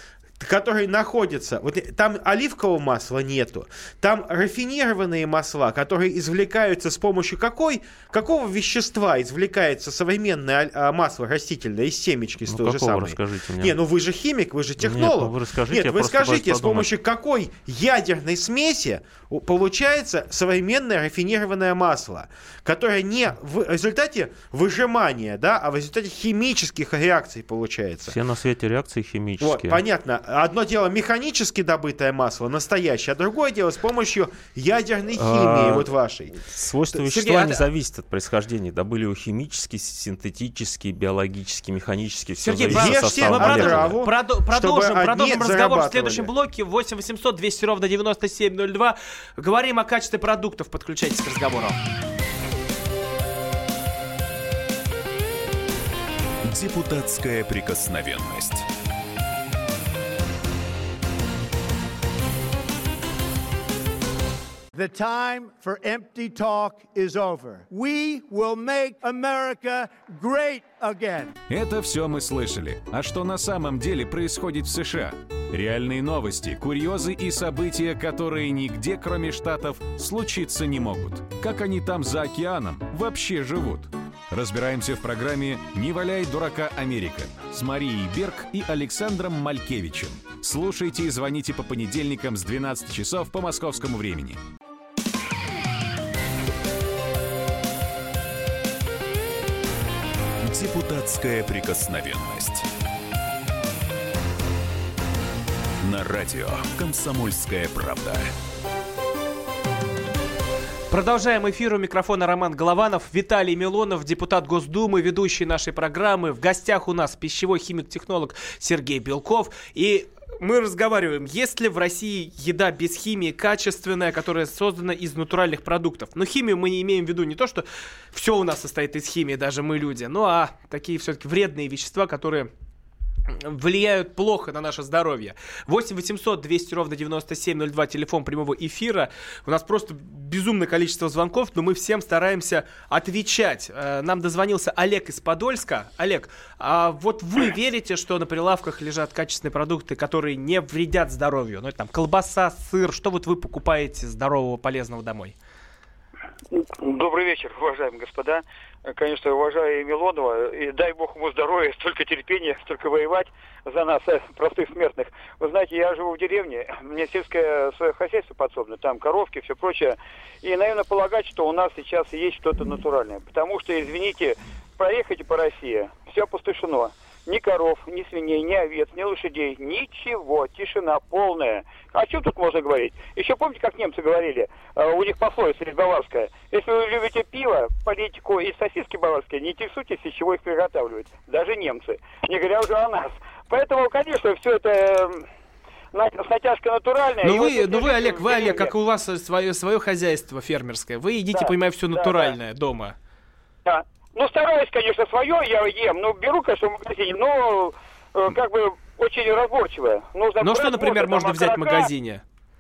которые находятся... Вот там оливкового масла нету. Там рафинированные масла, которые извлекаются с помощью какой, какого вещества извлекается современное масло растительное из семечки, ну, то же самое. Расскажите мне. Не, ну вы же химик, вы же технолог. Нет, ну вы расскажите, Нет, вы скажите, с помощью какой ядерной смеси получается современное рафинированное масло, которое не в результате выжимания, да, а в результате химических реакций получается. Все на свете реакции химические. Вот, понятно. Одно дело механически добытое масло, настоящее, а другое дело с помощью ядерной химии а, вот вашей. Свойства вещества Сергей, не а... зависят от происхождения. Добыли его химически, синтетически, биологически, механически. Все Сергей, зависит от состава продолжим, продолжим, продолжим разговор в следующем блоке. восемь восемьсот двести ровно девяносто семь ноль два. Говорим о качестве продуктов. Подключайтесь к разговору. Депутатская прикосновенность. The time for empty talk is over. We will make America great again. Это все мы слышали. А что на самом деле происходит в США? Реальные новости, курьезы и события, которые нигде, кроме Штатов, случиться не могут. Как они там за океаном вообще живут? Разбираемся в программе «Не валяй дурака, Америка» с Марией Берг и Александром Малькевичем. Слушайте и звоните по понедельникам с двенадцати часов по московскому времени. Депутатская прикосновенность. На радио «Комсомольская правда». Продолжаем эфир. У микрофона Роман Голованов, Виталий Милонов, депутат Госдумы, ведущий нашей программы. В гостях у нас пищевой химик-технолог Сергей Белков. И мы разговариваем, есть ли в России еда без химии, качественная, которая создана из натуральных продуктов. Но химию мы не имеем в виду не то, что все у нас состоит из химии, даже мы люди, ну а такие все-таки вредные вещества, которые влияют плохо на наше здоровье. восемь восемьсот двести ровно девяносто семь ноль два, телефон прямого эфира. У нас просто безумное количество звонков, но мы всем стараемся отвечать. Нам дозвонился Олег из Подольска. Олег, а вот вы верите, что на прилавках лежат качественные продукты, которые не вредят здоровью? Ну, это там колбаса, сыр. Что вот вы покупаете здорового, полезного домой? Добрый вечер, уважаемые господа. Конечно, уважаю и Милонова, и дай бог ему здоровья, столько терпения, столько воевать за нас, простых смертных. Вы знаете, я живу в деревне, мне сельское свое хозяйство подсобное, там коровки, все прочее. И, наверное, полагать, что у нас сейчас есть что-то натуральное. Потому что, извините, проехайте по России, все опустошено. Ни коров, ни свиней, ни овец, ни лошадей, ничего, тишина полная. О чем тут можно говорить? Еще помните, как немцы говорили, у них пословица баварская: если вы любите пиво, политику и сосиски баварские, не интересуйтесь, из чего их приготавливают. Даже немцы, не говоря уже о нас. Поэтому, конечно, все это с натяжкой натуральная. Ну вы, вот ну вы Олег, вы, Олег, как у вас свое, свое хозяйство фермерское, вы едите, да, понимаю, все натуральное, да, да, дома. Да. Ну, стараюсь, конечно, свое я ем, но беру, конечно, в магазине, но э, как бы очень разборчивое. Нужно ну, что, например, можно там, взять окорока. в магазине?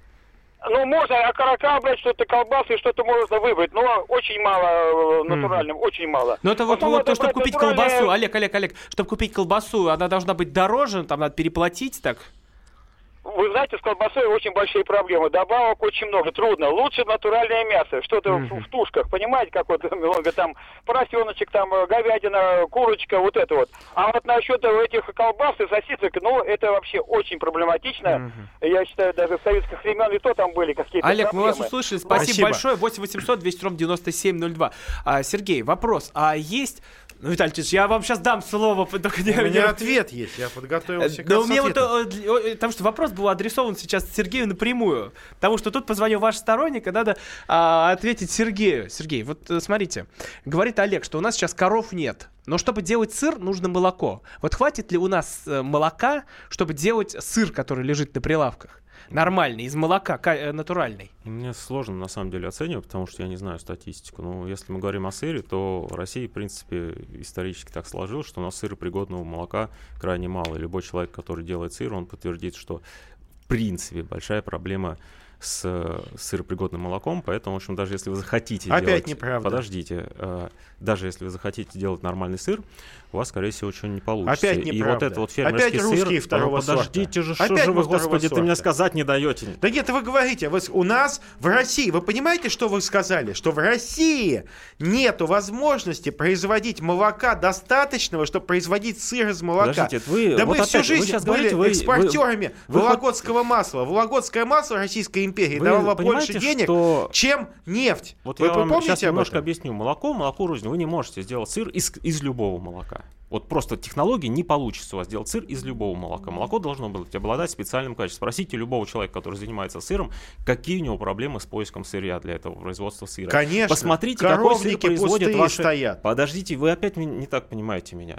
Ну, можно окорока брать, что-то колбасы, что-то можно выбрать, но очень мало э, натуральным, mm. очень мало. Ну, это вот, вот то, чтобы купить натуральное... колбасу, Олег, Олег, Олег, чтобы купить колбасу, она должна быть дороже, там надо переплатить, так? Вы знаете, с колбасой очень большие проблемы. Добавок очень много, трудно. Лучше натуральное мясо, что-то mm-hmm. в, в тушках, понимаете, как вот много там поросеночек, там говядина, курочка, вот это вот. А вот насчет этих колбас и сосисок, ну, это вообще очень проблематично. Mm-hmm. Я считаю, даже с советских времен и то там были какие-то Олег, проблемы. мы вас услышали, спасибо, спасибо. большое. восемь восемьсот двести ровно девяносто семь ноль два. А, Сергей, вопрос, а есть... Ну, Виталий Ильич, я вам сейчас дам слово. Только у меня не... ответ есть, я подготовился к да у меня вот, потому что вопрос был адресован сейчас Сергею напрямую. Потому что тут позвонил ваш сторонник, и надо а, ответить Сергею. Сергей, вот смотрите, говорит Олег, что у нас сейчас коров нет. Но чтобы делать сыр, нужно молоко. Вот хватит ли у нас молока, чтобы делать сыр, который лежит на прилавках? Нормальный, из молока, натуральный. Мне сложно, на самом деле, оценивать, потому что я не знаю статистику. Но если мы говорим о сыре, то в России, в принципе, исторически так сложилось, что у нас сыропригодного молока крайне мало. И любой человек, который делает сыр, он подтвердит, что, в принципе, большая проблема с сыропригодным молоком, поэтому, в общем, даже если вы захотите Опять делать... неправда. Подождите. Э, даже если вы захотите делать нормальный сыр, у вас, скорее всего, ничего не получится. Опять неправда. И вот это вот фермерский Опять сыр... русские второго ну, подождите сорта. же, что Опять же вы, второго господи, сорта. ты мне сказать не даете. Да нет, вы говорите, вы, у нас в России, вы понимаете, что вы сказали? Что в России нету возможности производить молока достаточного, чтобы производить сыр из молока. Подождите, вы, да вот мы опять, всю жизнь вы сейчас были говорите, вы, экспортерами вы, вы, вологодского вы, масла. Вологодское масло Российской империи вы давало больше денег, что... чем нефть. Вот вы я вам помните сейчас об немножко этом? объясню. Молоко, молоко рознь. Вы не можете сделать сыр из, из любого молока. Вот просто технологии не получится у вас сделать сыр из любого молока. Молоко должно быть обладать специальным качеством. Спросите любого человека, который занимается сыром, какие у него проблемы с поиском сырья для этого производства сыра. Конечно. Посмотрите, какой сыр производит ваши... стоят. Подождите, вы опять не так понимаете меня.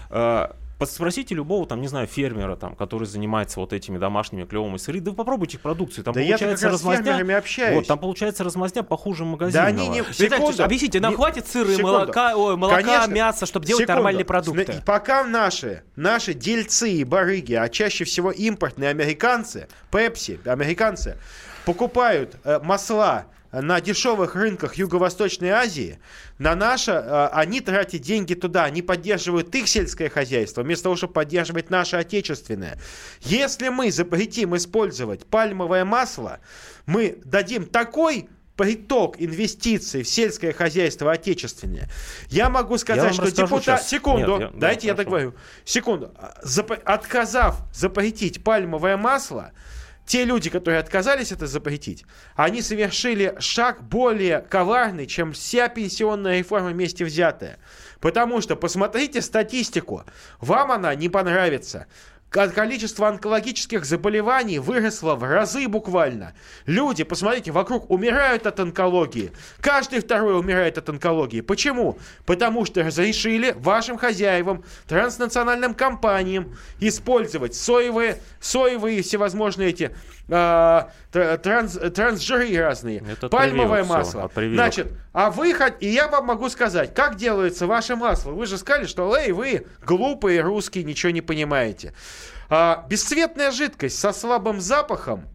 Спросите любого, там, не знаю, фермера, там, который занимается вот этими домашними клевыми сырами. Да вы попробуйте их продукцию. Там да получается я как раз с фермерами общаюсь. Вот, там получается размазня похуже магазинного. Да они не... Секунду. Объясните, нам не... хватит сыра и молока, ой, молока, Конечно. мяса, чтобы делать Секунду. нормальные продукты. Пока наши, наши дельцы и барыги, а чаще всего импортные американцы, Пепси, американцы, покупают э, масла на дешевых рынках Юго-Восточной Азии, на наше, э, они тратят деньги туда, они поддерживают их сельское хозяйство, вместо того, чтобы поддерживать наше отечественное. Если мы запретим использовать пальмовое масло, мы дадим такой приток инвестиций в сельское хозяйство отечественное. Я могу сказать, я что депутат... Секунду, Нет, я... дайте да, я договорю. Секунду. Зап... Отказав запретить пальмовое масло, те люди, которые отказались это запретить, они совершили шаг более коварный, чем вся пенсионная реформа вместе взятая. Потому что, посмотрите статистику, вам она не понравится. Количество онкологических заболеваний выросло в разы буквально. Люди, посмотрите, вокруг умирают от онкологии. Каждый второй умирает от онкологии. Почему? Потому что разрешили вашим хозяевам, транснациональным компаниям использовать соевые, соевые всевозможные эти э, транс, трансжиры разные. Это пальмовое масло. Значит, а вы хоть... И я вам могу сказать, как делается ваше масло. Вы же сказали, что эй, вы глупые русские, ничего не понимаете. А, бесцветная жидкость со слабым запахом,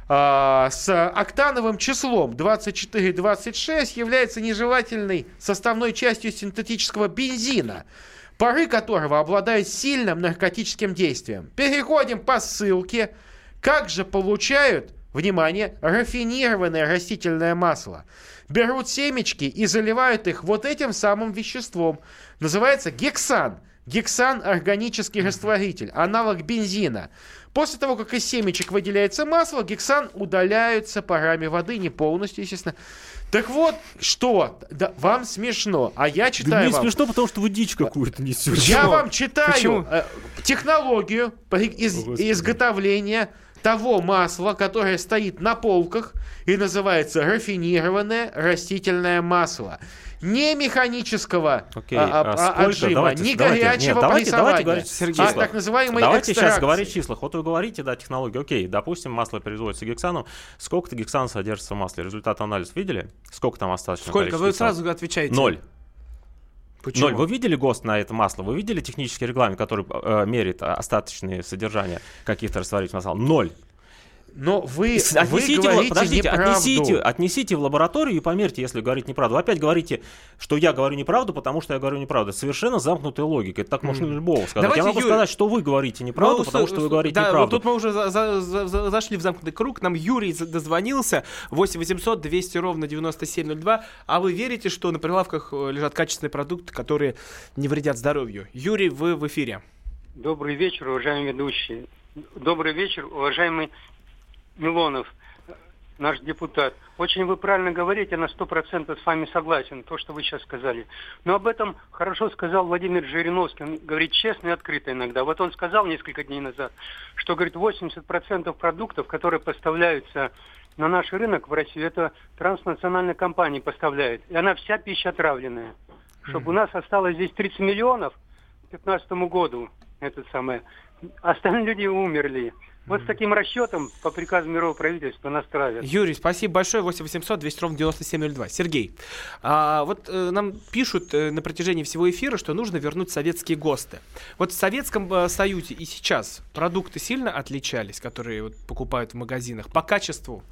а, с октановым числом двадцать четыре двадцать шесть является нежелательной составной частью синтетического бензина, пары которого обладают сильным наркотическим действием. Переходим по ссылке. Как же получают, внимание, рафинированное растительное масло? Берут семечки и заливают их вот этим самым веществом. Называется гексан. Гексан – органический растворитель, аналог бензина. После того, как из семечек выделяется масло, гексан удаляются парами воды, не полностью, естественно. Так вот, что? Да, вам смешно, а я читаю да мне вам... смешно, потому что вы дичь какую-то несете. Я вам читаю э, технологию из, изготовления того масла, которое стоит на полках и называется рафинированное растительное масло. Не механического okay. а, а, а, отжима, давайте, не давайте, горячего нет, прессования, давайте, давайте а так называемой давайте экстракции. Сейчас говорить в числах. Вот вы говорите, да, технология. Окей, допустим, масло производится гексаном. Сколько-то гексана содержится в масле? Результат анализа видели? Сколько там остаточно? Сколько? Вы гексана? Сразу отвечаете. Ноль. Почему? Ноль. Вы видели ГОСТ на это масло? Вы видели технический регламент, который э, меряет остаточные содержания каких-то растворителей масла? Ноль. Но вы, отнесите, вы говорите подождите, неправду. Отнесите, отнесите в лабораторию и померьте, если говорить неправду. Вы опять говорите, что я говорю неправду, потому что я говорю неправду. Это совершенно замкнутая логика. Это так можно mm. любого сказать. Давайте, я могу Юрий... сказать, что вы говорите неправду, ну, потому что вы говорите да, неправду. Вот тут мы уже за, за, за, зашли в замкнутый круг. Нам Юрий дозвонился. восемь восемьсот двести ровно девяносто семь ноль два. А вы верите, что на прилавках лежат качественные продукты, которые не вредят здоровью? Юрий, вы в эфире. Добрый вечер, уважаемые ведущие. Добрый вечер, уважаемый Милонов, наш депутат. Очень вы правильно говорите, на сто процентов с вами согласен, то, что вы сейчас сказали. Но об этом хорошо сказал Владимир Жириновский. Он говорит честно и открыто иногда. Вот он сказал несколько дней назад, что, говорит, восемьдесят процентов продуктов, которые поставляются на наш рынок в Россию, это транснациональная компания поставляет. И она вся пища отравленная. Чтобы у нас осталось здесь тридцать миллионов к две тысячи пятнадцатому году, это самое. Остальные люди умерли. Вот с таким расчетом по приказу мирового правительства нас травят. Юрий, спасибо большое. восемь восемьсот двести ровно девяносто семь ноль два. Сергей, а, вот э, нам пишут э, на протяжении всего эфира, что нужно вернуть советские ГОСТы. Вот в Советском э, Союзе и сейчас продукты сильно отличались, которые вот, покупают в магазинах, по качеству?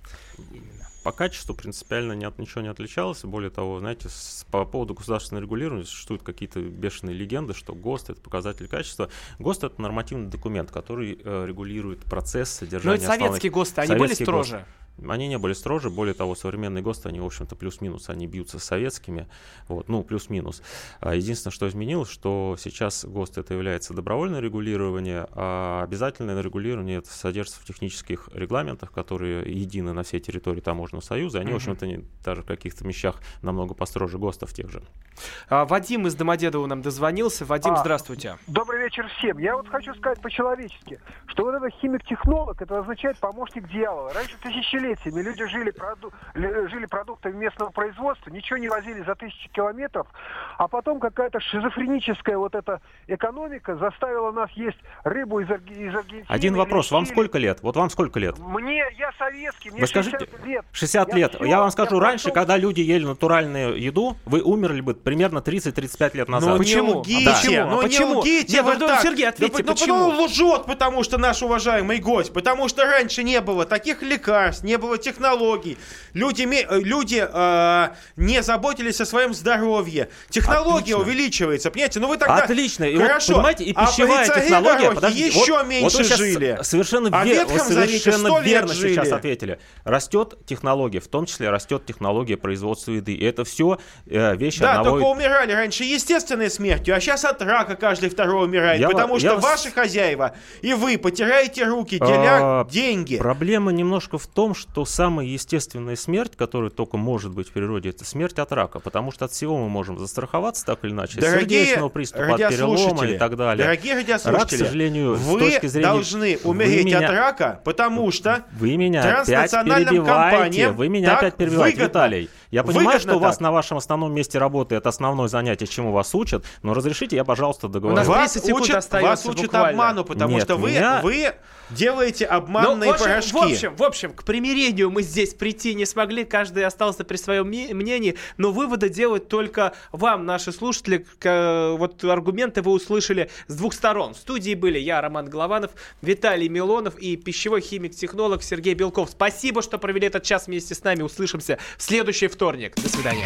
По качеству принципиально не от, ничего не отличалось. Более того, знаете, с, по поводу государственного регулирования существуют какие-то бешеные легенды, что ГОСТ — это показатель качества. ГОСТ — это нормативный документ, который э, регулирует процесс содержания. Но это советские ГОСТы, они были строже? ГОСТ. Они не были строже, более того, современные ГОСТы, они, в общем-то, плюс-минус, они бьются с советскими, вот, ну, плюс-минус. Единственное, что изменилось, что сейчас ГОСТ это является добровольное регулирование, а обязательное регулирование это содержится в технических регламентах, которые едины на всей территории таможенного союза, они, mm-hmm. в общем-то, не, даже в каких-то вещах намного построже ГОСТов тех же. А, Вадим из Домодедова нам дозвонился. Вадим, а, здравствуйте. Добрый вечер всем. Я вот хочу сказать по-человечески, что вот этот химик-технолог, это означает помощник дьявола. Раньше тысячелетиями люди жили, проду... жили продуктами местного производства, ничего не возили за тысячи километров, а потом какая-то шизофреническая вот эта экономика заставила нас есть рыбу из, Ар... из Аргентины. Один вопрос. Вам сколько лет? Вот вам сколько лет? Мне, я советский, мне вы шестьдесят скажите, лет. шестьдесят я лет. все, я вам скажу, я раньше, потом... когда люди ели натуральную еду, вы умерли бы примерно тридцать-тридцать пять лет назад. Ну почему? Не лгите, да. почему? Ну почему? не лгите, Нет, вот ну, так. Сергей, ответьте, да, почему? Ну, он лжет, потому что наш уважаемый гость, потому что раньше не было таких лекарств, не было технологий. Люди, люди э, не заботились о своем здоровье. Технология Отлично. увеличивается, понимаете? Ну вы тогда... Отлично. И Хорошо. Вот, понимаете, и пищевая а технология... Подождите, еще вот, меньше вот жили. Совершенно, а вер, вот совершенно верно жили. сейчас ответили. Растет технология, в том числе растет технология производства еды. И это все э, вещи да, одного... только умирали раньше естественной смертью, а сейчас от рака каждый второй умирает, я потому я что вас... ваши хозяева и вы потеряете руки, деля а, деньги. Проблема немножко в том, что самая естественная смерть, которая только может быть в природе, это смерть от рака, потому что от всего мы можем застраховаться так или иначе. Дорогие сердечного приступа, от перелома и так далее. Дорогие радиослушатели, рак, к сожалению, вы с точки зрения... должны умереть меня... от рака, потому что вы меня опять перебиваете. Вы меня опять перебиваете, Виталий. Я понимаю, выгодно что у вас так. На вашем основном месте работы это основное занятие, чему вас учат, но разрешите я, пожалуйста, договорю. Вас учат, вас учат обману, потому Нет, что вы, меня... вы делаете обманные ну, в общем, порошки. В общем, в общем, к примирению мы здесь прийти не смогли, каждый остался при своем мнении, но выводы делают только вам, наши слушатели. Вот аргументы вы услышали с двух сторон. В студии были я, Роман Голованов, Виталий Милонов и пищевой химик-технолог Сергей Белков. Спасибо, что провели этот час вместе с нами. Услышимся в следующий вторник. До свидания.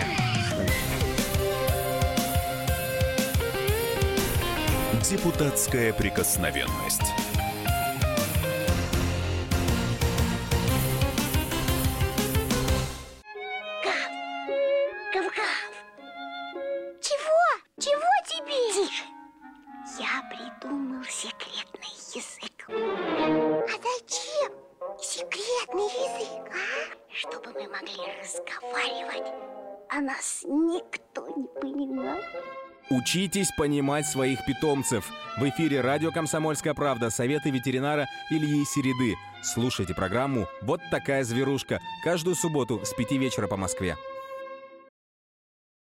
Депутатская прикосновенность. Чего тебе? Тише. Я придумал секретный язык. А зачем секретный язык, а? Чтобы мы могли разговаривать, а нас никто не понимал. Учитесь понимать своих питомцев. В эфире радио «Комсомольская правда». Советы ветеринара Ильи Середы. Слушайте программу «Вот такая зверушка» каждую субботу с пяти вечера по Москве.